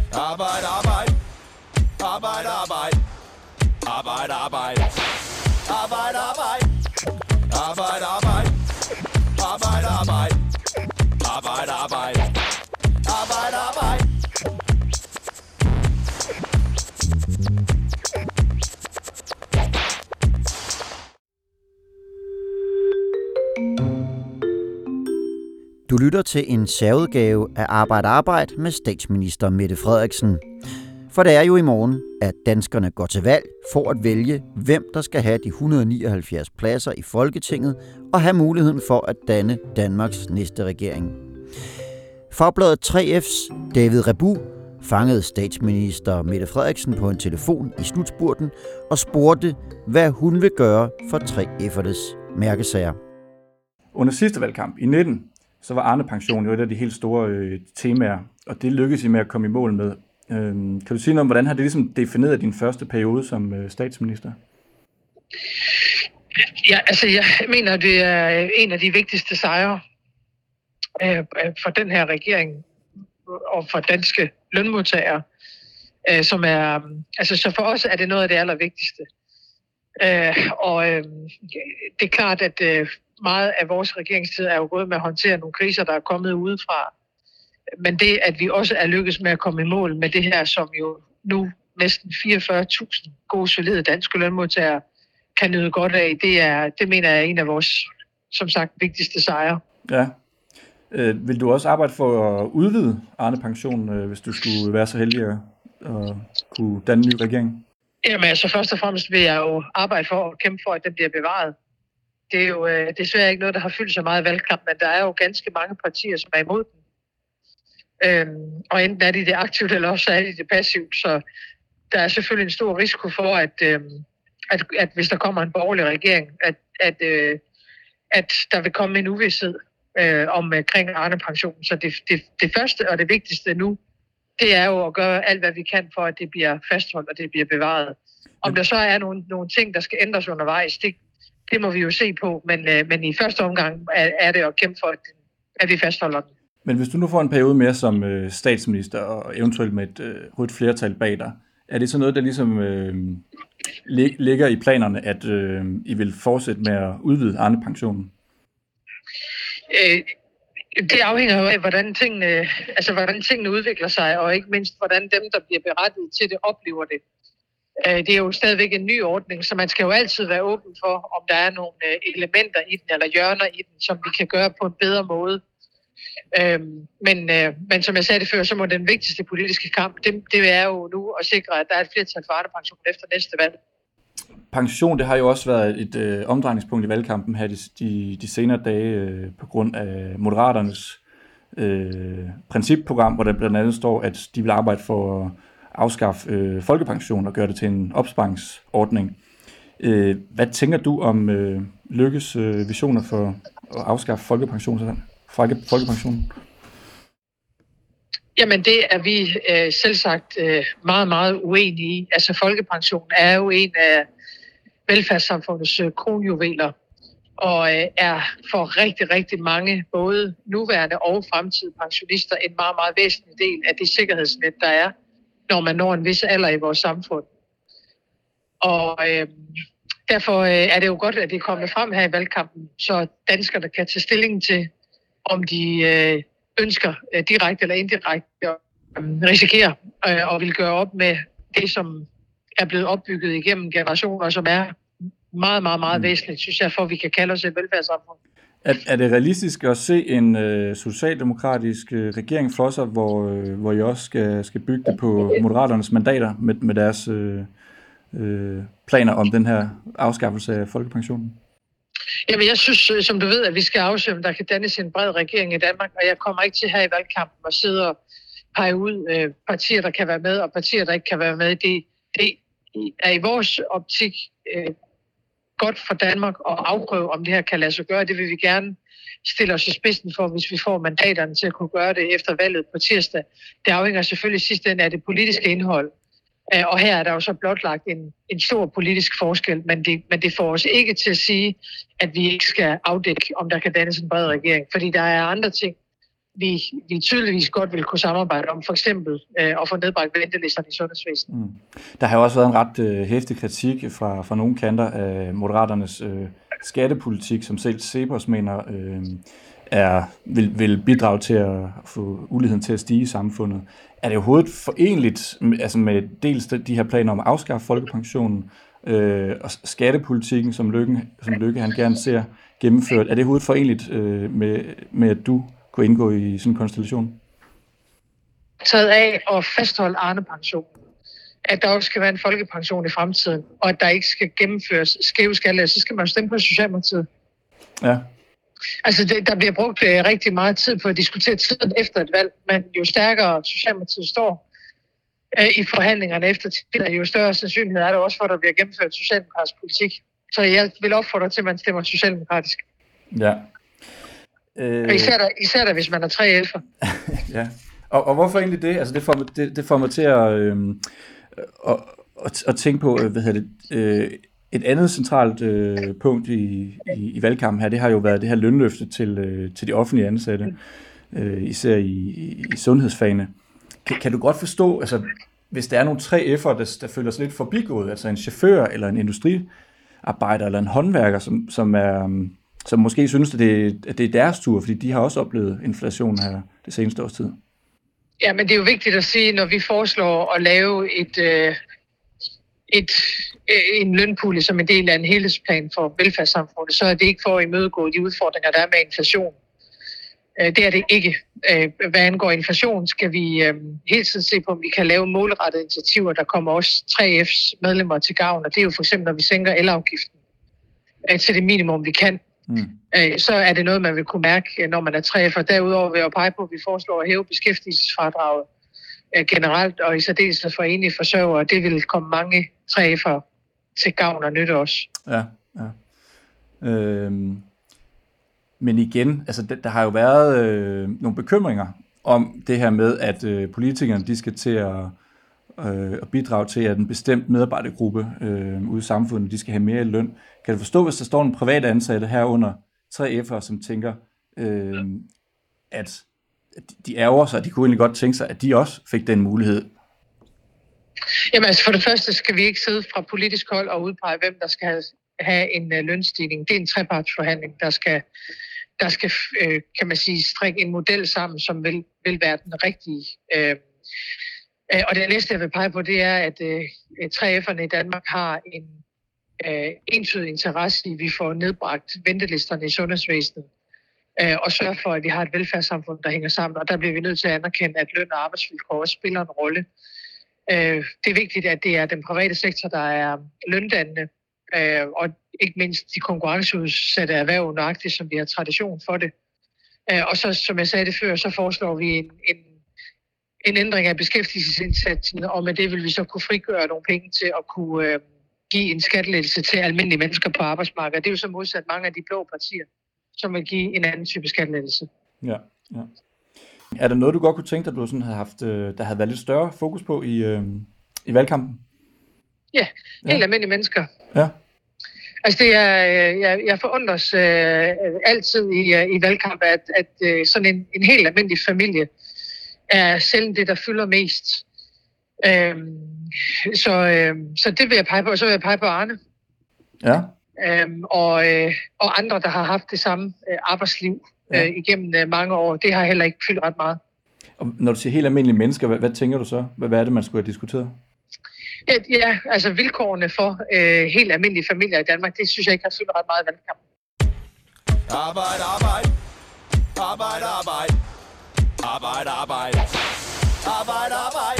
Arbejde, arbejde. Arbejde, arbejde. Arbejde, arbejde. Arbejde, arbejde. Arbejde, arbejde. Arbejde, arbejde. Arbejde, arbejde. Arbejde, arbejde. Du lytter til en særudgave af Arbejde med statsminister Mette Frederiksen. For det er jo i morgen, at danskerne går til valg for at vælge, hvem der skal have de 179 pladser i Folketinget og have muligheden for at danne Danmarks næste regering. Fagbladet 3F's David Rebu fangede statsminister Mette Frederiksen på en telefon i slutspurten og spurgte, hvad hun vil gøre for 3F'ernes mærkesager. Under sidste valgkamp i 19, så var Arne-pension jo et af de helt store temaer, og det lykkedes I med at komme i mål med. Kan du sige noget om, hvordan har det ligesom defineret din første periode som statsminister? Ja, altså jeg mener, det er en af de vigtigste sejre for den her regering og for danske lønmodtagere, som er, altså så for os er det noget af det allervigtigste. Det er klart, at meget af vores regeringstid er jo gået med at håndtere nogle kriser, der er kommet udefra. Men det, at vi også er lykkedes med at komme i mål med det her, som jo nu næsten 44.000 gode, solide danske lønmodtagere kan nyde godt af, det mener jeg er en af vores, som sagt, vigtigste sejre. Ja. Vil du også arbejde for at udvide Arne-pensionen, hvis du skulle være så heldig at kunne danne en ny regering? Jamen altså først og fremmest vil jeg jo arbejde for at kæmpe for, at den bliver bevaret. Det er jo desværre ikke noget, der har fyldt så meget valgkamp, men der er jo ganske mange partier, som er imod den. Og enten er de det aktivt, eller også er de det passivt. Så der er selvfølgelig en stor risiko for, at hvis der kommer en borgerlig regering, at der vil komme en uvished omkring Arne-pensionen. Så det første og det vigtigste nu, det er jo at gøre alt, hvad vi kan for, at det bliver fastholdt og det bliver bevaret. Om der så er nogle ting, der skal ændres undervejs, det må vi jo se på. Men i første omgang er det at kæmpe for, at vi fastholder den. Men hvis du nu får en periode mere som statsminister, og eventuelt med et rødt flertal bag dig, er det så noget, der ligesom ligger i planerne, at I vil fortsætte med at udvide Arne-pensionen? Det afhænger jo af, hvordan tingene udvikler sig, og ikke mindst, hvordan dem, der bliver berettiget til det, oplever det. Det er jo stadigvæk en ny ordning, så man skal jo altid være åben for, om der er nogle elementer i den, eller hjørner i den, som vi kan gøre på en bedre måde. Men som jeg sagde det før, så må den vigtigste politiske kamp, det er jo nu at sikre, at der er et flertal for Arne-pension efter næste valg. Pension, det har jo også været et omdrejningspunkt i valgkampen her de senere dage på grund af Moderaternes principprogram, hvor der blandt andet står, at de vil arbejde for at afskaffe folkepension og gøre det til en opsparingsordning. Hvad tænker du om Løkkes visioner for at afskaffe folkepensionen? Jamen det er vi selvsagt meget, meget uenige i. Altså folkepensionen er jo en af velfærdssamfundets kronjuveler, og er for rigtig, rigtig mange, både nuværende og fremtidige pensionister, en meget, meget væsentlig del af det sikkerhedsnet, der er, når man når en vis alder i vores samfund. Og derfor er det jo godt, at det er kommet frem her i valgkampen, så danskerne kan tage stilling til, om de ønsker direkte eller indirekte at risikere og vil gøre op med det, som er blevet opbygget igennem generationer, som er meget, meget, meget væsentligt, synes jeg, for at vi kan kalde os et velfærdssamfund. Er det realistisk at se en socialdemokratisk regering for sig, hvor I også skal bygge det på Moderaternes mandater med deres planer om den her afskaffelse af folkepensionen? Jamen, jeg synes, som du ved, at vi skal afsøge, om der kan dannes en bred regering i Danmark, og jeg kommer ikke til her i valgkampen at sidde og pege ud partier, der kan være med, og partier, der ikke kan være med. Det er i vores optik godt for Danmark at afprøve, om det her kan lade sig gøre. Det vil vi gerne stille os i spidsen for, hvis vi får mandaterne til at kunne gøre det efter valget på tirsdag. Det afhænger selvfølgelig sidst ende af det politiske indhold. Og her er der jo så blotlagt en stor politisk forskel, men det får os ikke til at sige, at vi ikke skal afdække, om der kan dannes en bred regering. Fordi der er andre ting, vi tydeligvis godt vil kunne samarbejde om, for eksempel at få nedbragt ventelisterne i sundhedsvæsenet. Der har jo også været en ret heftig kritik fra nogle kanter af Moderaternes skattepolitik, som selv Cepos mener vil bidrage til at få uligheden til at stige i samfundet. Er det overhovedet forenligt altså med dels de her planer om at afskaffe folkepensionen og skattepolitikken, som Løkke han gerne ser gennemført? Er det overhovedet forenligt med at du kunne indgå i sådan en konstellation? Taget af at fastholde Arne-pension, at der også skal være en folkepension i fremtiden, og at der ikke skal gennemføres skæve skattelettelser, så skal man stemme på Socialdemokratiet. Ja. Altså, der bliver brugt rigtig meget tid på at diskutere tiden efter et valg, men jo stærkere Socialdemokratiet står i forhandlingerne efter tiden, jo større sandsynlighed er der også for, at der bliver gennemført socialdemokratisk politik. Så jeg vil opfordre til, at man stemmer socialdemokratisk. Ja. Især da, hvis man er 3F'er. Ja. Og hvorfor egentlig det? Altså, det får mig til at tænke på, et andet centralt punkt i valgkampen her, det har jo været det her lønløfte til de offentlige ansatte, især i sundhedsfagene. Kan du godt forstå, altså hvis der er nogle 3F'ere, der føler sig lidt forbigået, altså en chauffør eller en industriarbejder eller en håndværker, som måske synes, at det er deres tur, fordi de har også oplevet inflation her det seneste års tid? Ja, men det er jo vigtigt at sige, når vi foreslår at lave en lønpulje som en del af en helhedsplan for velfærdssamfundet, så er det ikke for at imødegå de udfordringer, der er med inflation. Det er det ikke. Hvad angår inflation, skal vi hele tiden se på, om vi kan lave målrettede initiativer, der kommer også 3F's medlemmer til gavn, og det er jo for eksempel, når vi sænker elafgiften til det minimum, vi kan. Så er det noget, man vil kunne mærke, når man er 3F'er. Derudover vil jeg pege på, at vi foreslår at hæve beskæftigelsesfradraget generelt, og i særdeleshed for enlige forsørgere. Det vil komme mange 3F'er til gavn og nytte også. Ja. Men igen, altså der har jo været nogle bekymringer om det her med, at politikerne de skal til at bidrage til, at en bestemt medarbejdergruppe ude i samfundet, de skal have mere i løn. Kan du forstå, hvis der står en privat ansatte herunder 3F'ere, som tænker, at de ærger sig, at de kunne egentlig godt tænke sig, at de også fik den mulighed? Jamen altså for det første skal vi ikke sidde fra politisk hold og udpege, hvem der skal have en lønstigning. Det er en trepartsforhandling, der skal kan man sige, strikke en model sammen, som vil være den rigtige. Og det næste, jeg vil pege på, det er, at 3F'erne i Danmark har en entydig interesse i, at vi får nedbragt ventelisterne i sundhedsvæsenet og sørge for, at vi har et velfærdssamfund, der hænger sammen. Og der bliver vi nødt til at anerkende, at løn og arbejdsvilkår også spiller en rolle. Det er vigtigt, at det er den private sektor, der er løndannende, og ikke mindst de konkurrenceudsatte erhverv, nøjagtigt som vi har tradition for det. Og så, som jeg sagde det før, så foreslår vi en ændring af beskæftigelsesindsatsen, og med det vil vi så kunne frigøre nogle penge til at kunne give en skattelettelse til almindelige mennesker på arbejdsmarkedet. Det er jo så modsat mange af de blå partier, som vil give en anden type skattelettelse. Ja. Er der noget, du godt kunne tænke dig, at du sådan havde haft, der havde været lidt større fokus på i valgkampen? Ja, helt almindelige mennesker. Ja. Altså det er, jeg forundres altid i valgkamp, at sådan en helt almindelig familie er sjældent det, der fylder mest. Så det vil jeg pege på, og så vil jeg pege på Arne. Ja. Og andre, der har haft det samme arbejdsliv igennem mange år. Det har heller ikke fyldt ret meget. Og når du siger helt almindelige mennesker, hvad tænker du så? Hvad er det, man skulle have diskuteret? Ja, altså vilkårene for helt almindelige familier i Danmark, det synes jeg ikke har fyldt ret meget i valgkampen. Arbejde, arbejde. Arbejde, arbejde. Arbejde, arbejde. Arbejde, arbejde.